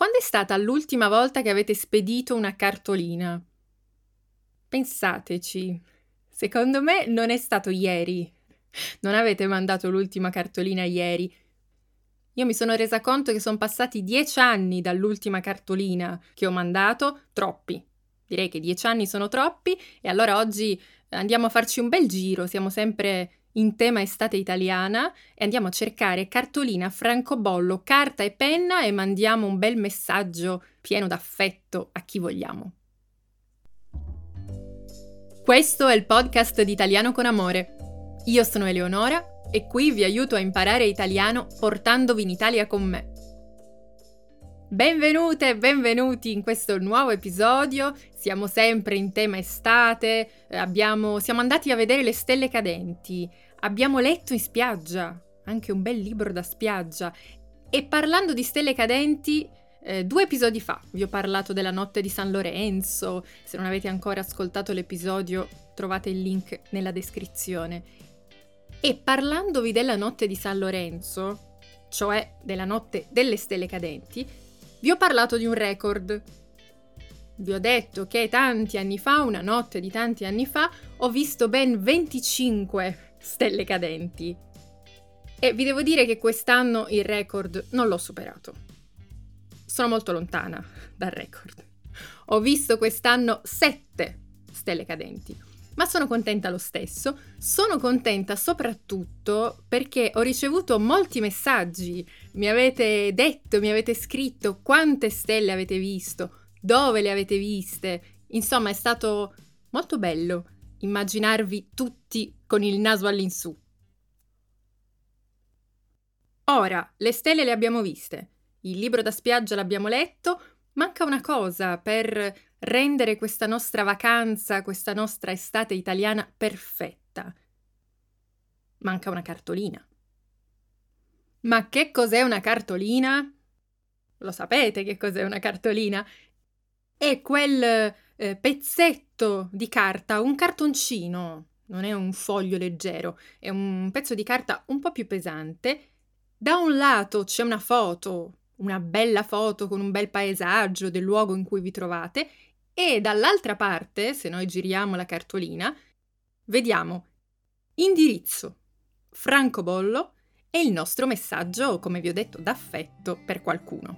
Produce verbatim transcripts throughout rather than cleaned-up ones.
Quando è stata l'ultima volta che avete spedito una cartolina? Pensateci. Secondo me non è stato ieri. Non avete mandato l'ultima cartolina ieri. Io mi sono resa conto che sono passati dieci anni dall'ultima cartolina che ho mandato, troppi. Direi che dieci anni sono troppi e allora oggi andiamo a farci un bel giro, siamo sempre in tema estate italiana e andiamo a cercare cartolina, francobollo, carta e penna e mandiamo un bel messaggio pieno d'affetto a chi vogliamo. Questo è il podcast di Italiano con Amore. Io sono Eleonora e qui vi aiuto a imparare italiano portandovi in Italia con me. Benvenute e benvenuti in questo nuovo episodio. Siamo sempre in tema estate, abbiamo, siamo andati a vedere le stelle cadenti, abbiamo letto in spiaggia, anche un bel libro da spiaggia. E parlando di stelle cadenti, eh, due episodi fa vi ho parlato della notte di San Lorenzo. Se non avete ancora ascoltato l'episodio, trovate il link nella descrizione. E parlandovi della notte di San Lorenzo, cioè della notte delle stelle cadenti, vi ho parlato di un record. Vi ho detto che tanti anni fa, una notte di tanti anni fa, ho visto ben venticinque stelle cadenti. E vi devo dire che quest'anno il record non l'ho superato. Sono molto lontana dal record. Ho visto quest'anno sette stelle cadenti. Ma sono contenta lo stesso, sono contenta soprattutto perché ho ricevuto molti messaggi, mi avete detto, mi avete scritto quante stelle avete visto, dove le avete viste, insomma è stato molto bello immaginarvi tutti con il naso all'insù. Ora, le stelle le abbiamo viste, il libro da spiaggia l'abbiamo letto, manca una cosa per rendere questa nostra vacanza, questa nostra estate italiana perfetta. Manca una cartolina. Ma che cos'è una cartolina? Lo sapete che cos'è una cartolina? È quel eh, pezzetto di carta, un cartoncino, non è un foglio leggero, è un pezzo di carta un po' più pesante. Da un lato c'è una foto, una bella foto con un bel paesaggio del luogo in cui vi trovate, e dall'altra parte, se noi giriamo la cartolina, vediamo indirizzo, francobollo e il nostro messaggio, come vi ho detto, d'affetto per qualcuno.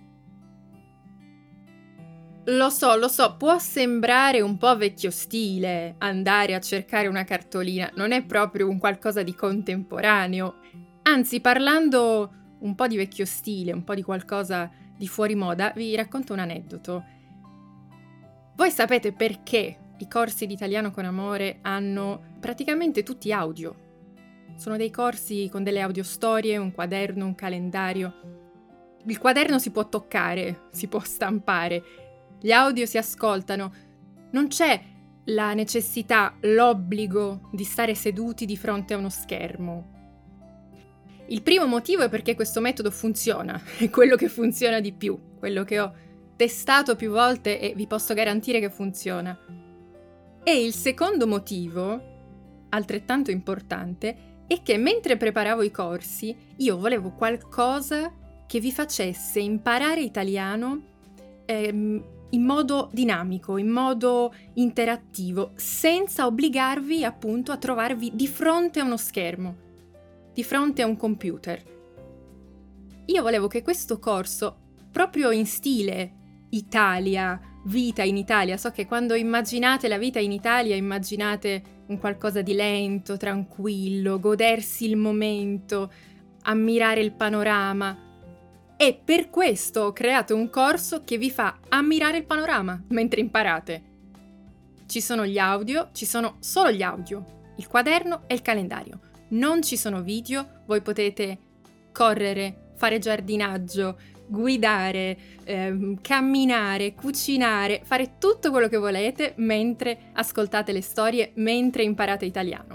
Lo so, lo so, può sembrare un po' vecchio stile andare a cercare una cartolina, non è proprio un qualcosa di contemporaneo. Anzi, parlando un po' di vecchio stile, un po' di qualcosa di fuori moda, vi racconto un aneddoto. Voi sapete perché i corsi di Italiano con Amore hanno praticamente tutti audio? Sono dei corsi con delle audiostorie, un quaderno, un calendario. Il quaderno si può toccare, si può stampare, gli audio si ascoltano. Non c'è la necessità, l'obbligo di stare seduti di fronte a uno schermo. Il primo motivo è perché questo metodo funziona, è quello che funziona di più, quello che ho testato più volte e vi posso garantire che funziona. E il secondo motivo, altrettanto importante, è che mentre preparavo i corsi io volevo qualcosa che vi facesse imparare italiano ehm, in modo dinamico, in modo interattivo, senza obbligarvi appunto a trovarvi di fronte a uno schermo, di fronte a un computer. Io volevo che questo corso, proprio in stile Italia, vita in Italia, so che quando immaginate la vita in Italia immaginate un qualcosa di lento, tranquillo, godersi il momento, ammirare il panorama. E per questo ho creato un corso che vi fa ammirare il panorama mentre imparate. Ci sono gli audio, ci sono solo gli audio, il quaderno e il calendario. Non ci sono video, voi potete correre, fare giardinaggio, guidare, ehm, camminare, cucinare, fare tutto quello che volete mentre ascoltate le storie, mentre imparate italiano.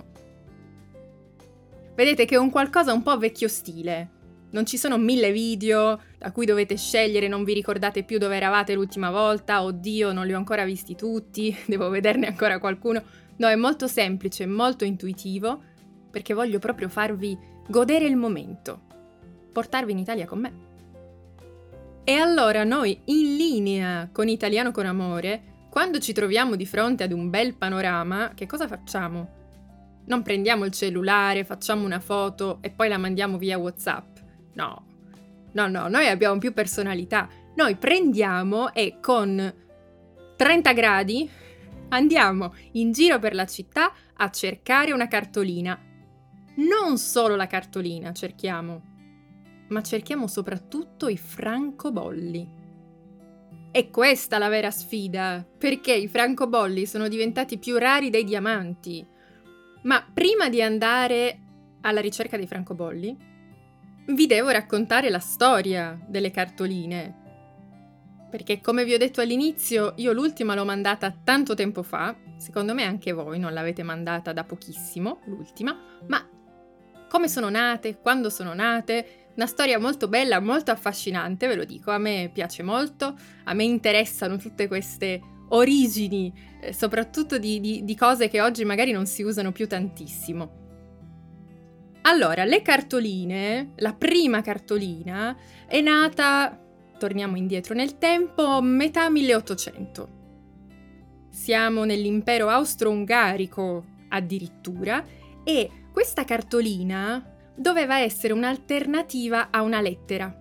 Vedete che è un qualcosa un po' vecchio stile. Non ci sono mille video da cui dovete scegliere, non vi ricordate più dove eravate l'ultima volta, oddio non li ho ancora visti tutti, devo vederne ancora qualcuno. No, è molto semplice, molto intuitivo, perché voglio proprio farvi godere il momento, portarvi in Italia con me. E allora noi, in linea con Italiano con Amore, quando ci troviamo di fronte ad un bel panorama, che cosa facciamo? Non prendiamo il cellulare, facciamo una foto e poi la mandiamo via WhatsApp. No, no, no, noi abbiamo più personalità. Noi prendiamo e con trenta gradi andiamo in giro per la città a cercare una cartolina. Non solo la cartolina cerchiamo, ma cerchiamo soprattutto i francobolli. È questa la vera sfida, perché i francobolli sono diventati più rari dei diamanti. Ma prima di andare alla ricerca dei francobolli, vi devo raccontare la storia delle cartoline. Perché, come vi ho detto all'inizio, io l'ultima l'ho mandata tanto tempo fa, secondo me anche voi non l'avete mandata da pochissimo, l'ultima, ma come sono nate, quando sono nate, una storia molto bella, molto affascinante, ve lo dico, a me piace molto, a me interessano tutte queste origini, eh, soprattutto di, di, di cose che oggi magari non si usano più tantissimo. Allora, le cartoline, la prima cartolina è nata, torniamo indietro nel tempo, metà milleottocento. Siamo nell'impero austro-ungarico addirittura e questa cartolina doveva essere un'alternativa a una lettera.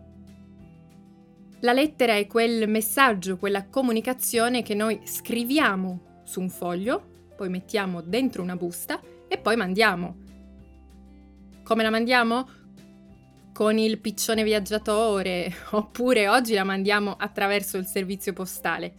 La lettera è quel messaggio, quella comunicazione che noi scriviamo su un foglio, poi mettiamo dentro una busta e poi mandiamo. Come la mandiamo? Con il piccione viaggiatore, oppure oggi la mandiamo attraverso il servizio postale.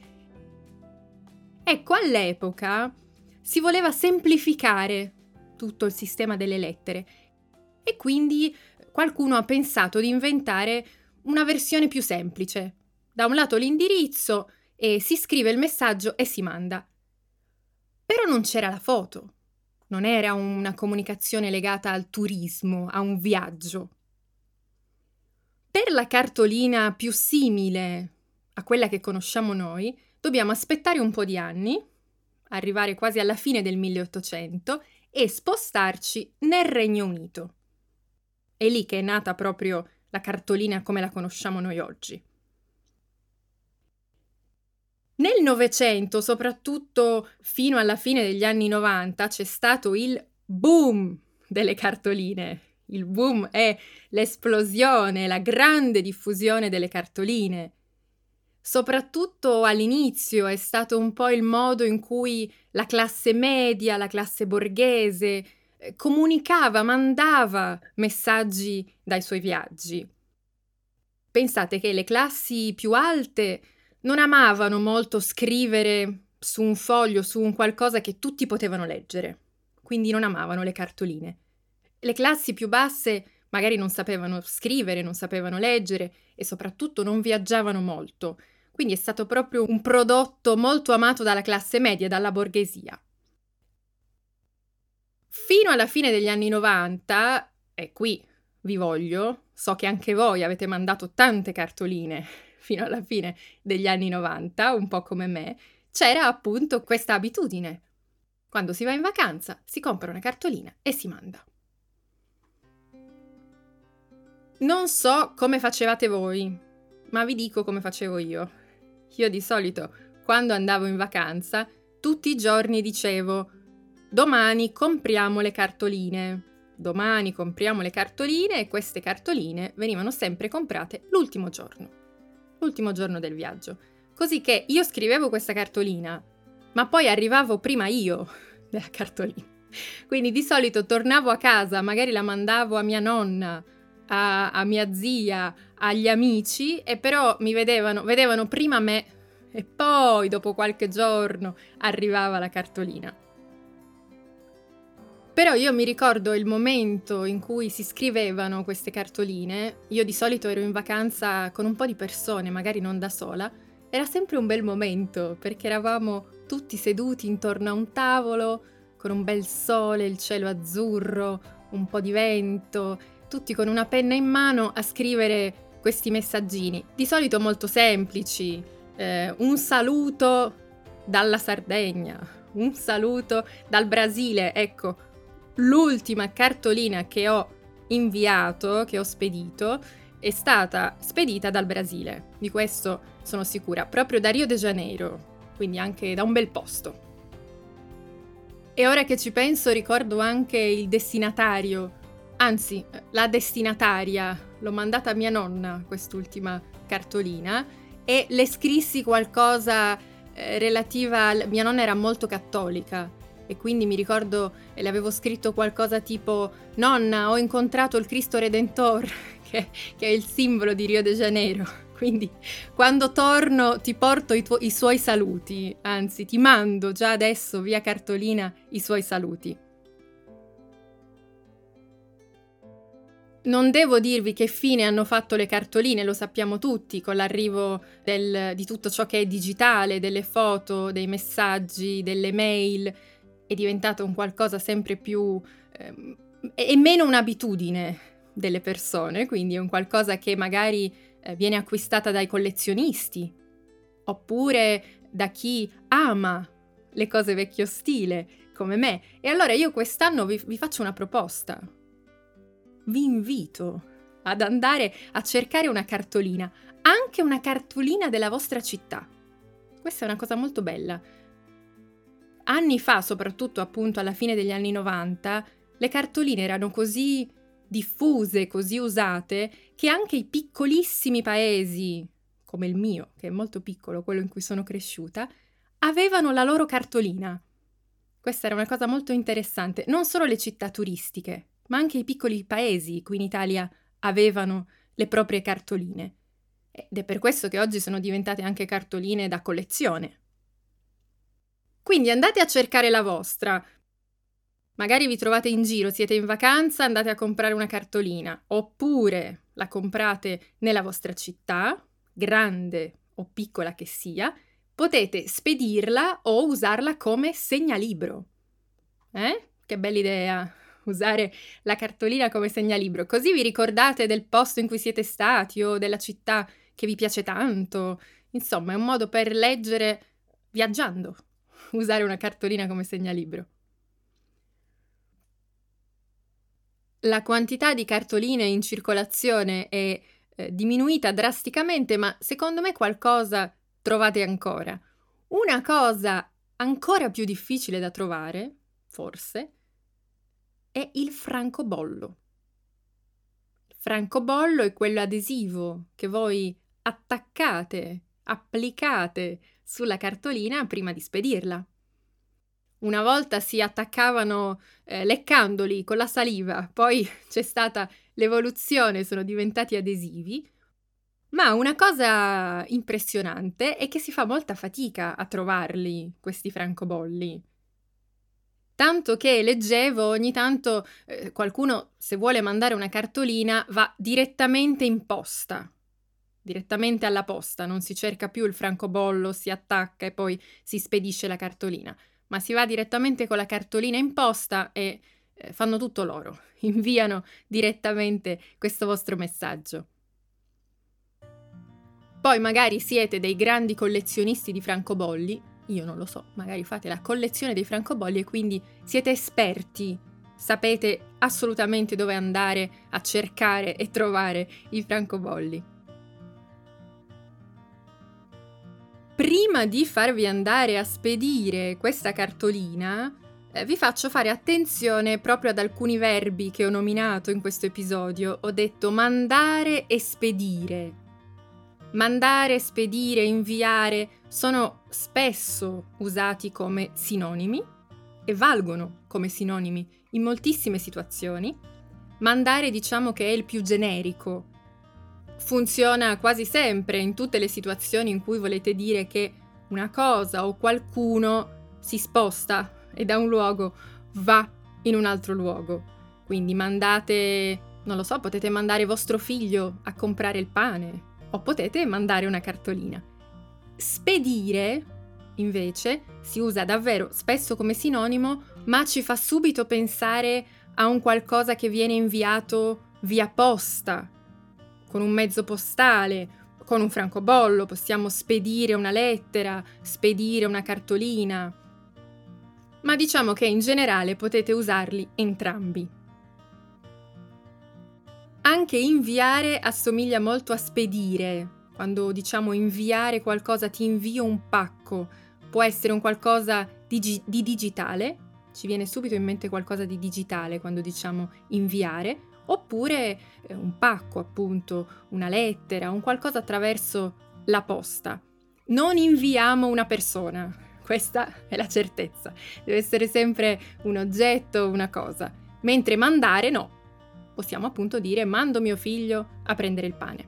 Ecco, all'epoca si voleva semplificare tutto il sistema delle lettere e quindi qualcuno ha pensato di inventare una versione più semplice. Da un lato l'indirizzo e si scrive il messaggio e si manda. Però non c'era la foto, non era una comunicazione legata al turismo, a un viaggio. Per la cartolina più simile a quella che conosciamo noi, dobbiamo aspettare un po' di anni, arrivare quasi alla fine del milleottocento e spostarci nel Regno Unito. È lì che è nata proprio la cartolina come la conosciamo noi oggi. Nel Novecento, soprattutto fino alla fine degli anni novanta, c'è stato il boom delle cartoline. Il boom è l'esplosione, la grande diffusione delle cartoline. Soprattutto all'inizio è stato un po' il modo in cui la classe media, la classe borghese, comunicava, mandava messaggi dai suoi viaggi. Pensate che le classi più alte non amavano molto scrivere su un foglio, su un qualcosa che tutti potevano leggere, quindi non amavano le cartoline. Le classi più basse magari non sapevano scrivere, non sapevano leggere e soprattutto non viaggiavano molto, quindi è stato proprio un prodotto molto amato dalla classe media, dalla borghesia. Fino alla fine degli anni novanta, e qui vi voglio, so che anche voi avete mandato tante cartoline fino alla fine degli anni novanta, un po' come me, c'era appunto questa abitudine. Quando si va in vacanza, si compra una cartolina e si manda. Non so come facevate voi, ma vi dico come facevo io. Io di solito, quando andavo in vacanza, tutti i giorni dicevo: domani compriamo le cartoline. Domani compriamo le cartoline e queste cartoline venivano sempre comprate l'ultimo giorno. L'ultimo giorno del viaggio. Così che io scrivevo questa cartolina, ma poi arrivavo prima io della cartolina. Quindi di solito tornavo a casa, magari la mandavo a mia nonna, a, a mia zia, agli amici, e però mi vedevano, vedevano prima me e poi dopo qualche giorno arrivava la cartolina. Però io mi ricordo il momento in cui si scrivevano queste cartoline, io di solito ero in vacanza con un po' di persone, magari non da sola, era sempre un bel momento perché eravamo tutti seduti intorno a un tavolo, con un bel sole, il cielo azzurro, un po' di vento, tutti con una penna in mano a scrivere questi messaggini, di solito molto semplici, eh, un saluto dalla Sardegna, un saluto dal Brasile, ecco. L'ultima cartolina che ho inviato, che ho spedito, è stata spedita dal Brasile, di questo sono sicura, proprio da Rio de Janeiro, quindi anche da un bel posto. E ora che ci penso ricordo anche il destinatario, anzi la destinataria, l'ho mandata a mia nonna quest'ultima cartolina e le scrissi qualcosa eh, relativa, al... mia nonna era molto cattolica e quindi mi ricordo e le avevo scritto qualcosa tipo: nonna, ho incontrato il Cristo Redentor, che, che è il simbolo di Rio de Janeiro. Quindi quando torno ti porto i, tuo- i suoi saluti, anzi ti mando già adesso via cartolina i suoi saluti. Non devo dirvi che fine hanno fatto le cartoline, lo sappiamo tutti, con l'arrivo del, di tutto ciò che è digitale, delle foto, dei messaggi, delle mail, è diventato un qualcosa sempre più... Eh, è meno un'abitudine delle persone, quindi è un qualcosa che magari eh, viene acquistata dai collezionisti, oppure da chi ama le cose vecchio stile, come me. E allora io quest'anno vi, vi faccio una proposta. Vi invito ad andare a cercare una cartolina, anche una cartolina della vostra città. Questa è una cosa molto bella. Anni fa, soprattutto appunto alla fine degli anni novanta, le cartoline erano così diffuse, così usate, che anche i piccolissimi paesi, come il mio, che è molto piccolo, quello in cui sono cresciuta, avevano la loro cartolina. Questa era una cosa molto interessante. Non solo le città turistiche, ma anche i piccoli paesi qui in Italia avevano le proprie cartoline. Ed è per questo che oggi sono diventate anche cartoline da collezione. Quindi andate a cercare la vostra. Magari vi trovate in giro, siete in vacanza, andate a comprare una cartolina, oppure la comprate nella vostra città, grande o piccola che sia, potete spedirla o usarla come segnalibro. Eh? Che bella idea! Usare la cartolina come segnalibro, così vi ricordate del posto in cui siete stati o della città che vi piace tanto. Insomma, è un modo per leggere viaggiando, usare una cartolina come segnalibro. La quantità di cartoline in circolazione è eh, diminuita drasticamente, ma secondo me qualcosa trovate ancora. Una cosa ancora più difficile da trovare, forse, è il francobollo. Il francobollo è quello adesivo che voi attaccate, applicate sulla cartolina prima di spedirla. Una volta si attaccavano eh, leccandoli con la saliva, poi c'è stata l'evoluzione, sono diventati adesivi, ma una cosa impressionante è che si fa molta fatica a trovarli, questi francobolli. Tanto che leggevo ogni tanto eh, qualcuno, se vuole mandare una cartolina, va direttamente in posta, direttamente alla posta, non si cerca più il francobollo, si attacca e poi si spedisce la cartolina, ma si va direttamente con la cartolina in posta e eh, fanno tutto loro, inviano direttamente questo vostro messaggio. Poi magari siete dei grandi collezionisti di francobolli, io non lo so, magari fate la collezione dei francobolli e quindi siete esperti, sapete assolutamente dove andare a cercare e trovare i francobolli. Prima di farvi andare a spedire questa cartolina, eh, vi faccio fare attenzione proprio ad alcuni verbi che ho nominato in questo episodio. Ho detto mandare e spedire. Mandare, spedire, inviare sono spesso usati come sinonimi e valgono come sinonimi in moltissime situazioni. Mandare diciamo che è il più generico. Funziona quasi sempre in tutte le situazioni in cui volete dire che una cosa o qualcuno si sposta e da un luogo va in un altro luogo. Quindi mandate, non lo so, potete mandare vostro figlio a comprare il pane o potete mandare una cartolina. Spedire, invece, si usa davvero spesso come sinonimo, ma ci fa subito pensare a un qualcosa che viene inviato via posta, con un mezzo postale, con un francobollo, possiamo spedire una lettera, spedire una cartolina. Ma diciamo che in generale potete usarli entrambi. Anche inviare assomiglia molto a spedire. Quando diciamo inviare qualcosa, ti invio un pacco, può essere un qualcosa di, gi- di digitale, ci viene subito in mente qualcosa di digitale quando diciamo inviare, oppure eh, un pacco, appunto, una lettera, un qualcosa attraverso la posta. Non inviamo una persona, questa è la certezza, deve essere sempre un oggetto, una cosa, mentre mandare no, possiamo appunto dire mando mio figlio a prendere il pane.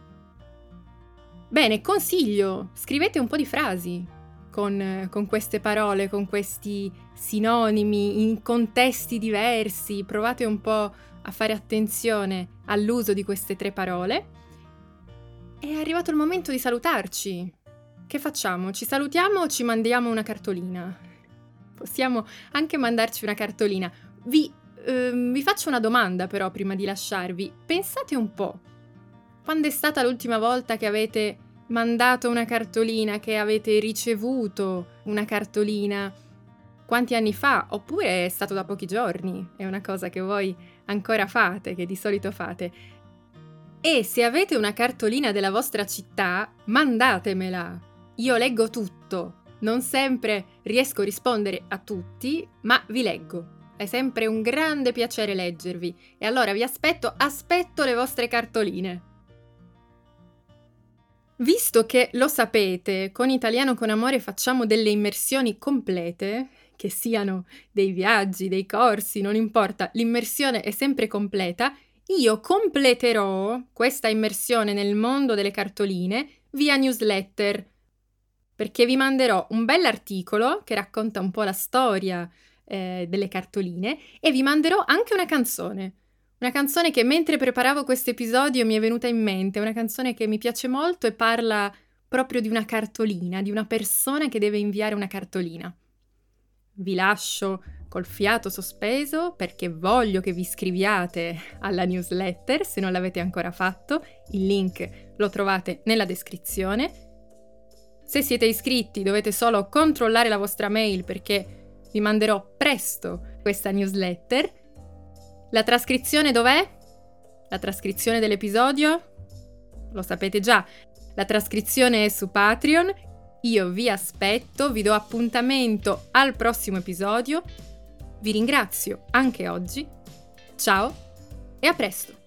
Bene, consiglio, scrivete un po' di frasi con, con queste parole, con questi sinonimi in contesti diversi, provate un po' a fare attenzione all'uso di queste tre parole. È arrivato il momento di salutarci. Che facciamo? Ci salutiamo o ci mandiamo una cartolina? Possiamo anche mandarci una cartolina. Vi, ehm, vi faccio una domanda però prima di lasciarvi. Pensate un po'. Quando è stata l'ultima volta che avete mandato una cartolina, che avete ricevuto una cartolina? Quanti anni fa? Oppure è stato da pochi giorni? È una cosa che voi ancora fate, che di solito fate. E se avete una cartolina della vostra città, mandatemela. Io leggo tutto. Non sempre riesco a rispondere a tutti, ma vi leggo. È sempre un grande piacere leggervi. E allora vi aspetto, aspetto le vostre cartoline. Visto che lo sapete, con Italiano con Amore facciamo delle immersioni complete, che siano dei viaggi, dei corsi, non importa, l'immersione è sempre completa, io completerò questa immersione nel mondo delle cartoline via newsletter, perché vi manderò un bell'articolo che racconta un po' la storia eh, delle cartoline e vi manderò anche una canzone. Una canzone che mentre preparavo questo episodio mi è venuta in mente, una canzone che mi piace molto e parla proprio di una cartolina, di una persona che deve inviare una cartolina. Vi lascio col fiato sospeso perché voglio che vi iscriviate alla newsletter se non l'avete ancora fatto, il link lo trovate nella descrizione. Se siete iscritti dovete solo controllare la vostra mail perché vi manderò presto questa newsletter. La trascrizione dov'è? La trascrizione dell'episodio? Lo sapete già, la trascrizione è su Patreon. Io vi aspetto, vi do appuntamento al prossimo episodio. Vi ringrazio anche oggi. Ciao e a presto!